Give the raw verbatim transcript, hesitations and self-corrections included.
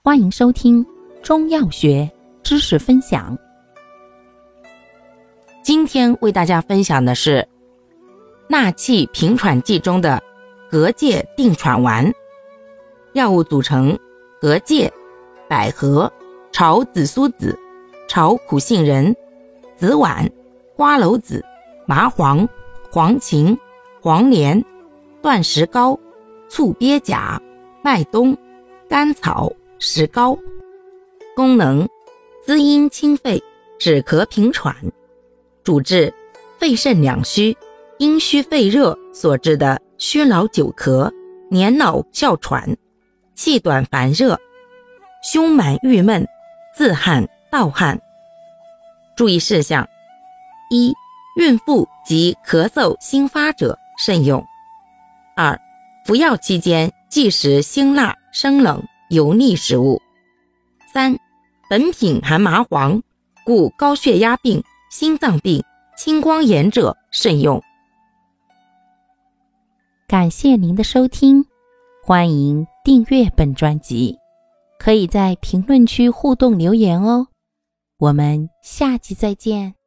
欢迎收听中药学知识分享。今天为大家分享的是纳气平喘剂中的蛤蚧定喘丸。药物组成：蛤蚧、百合、炒紫苏子、炒苦杏仁、紫菀、花蒌子、麻黄、黄芩、黄连、断石膏、醋鳖甲、麦冬、甘草、石膏。功能：滋阴清肺，止咳平喘，主治肺肾两虚、阴虚肺热所致的虚劳久咳、年老哮喘、气短烦热、胸满郁闷、自汗盗汗。注意事项：一、孕妇及咳嗽新发者慎用。二、服药期间忌食辛辣、生冷、油腻食物。三、本品含麻黄，故高血压病、心脏病、青光眼者慎用。 感谢您的收听，欢迎订阅本专辑，可以在评论区互动留言哦。我们下期再见。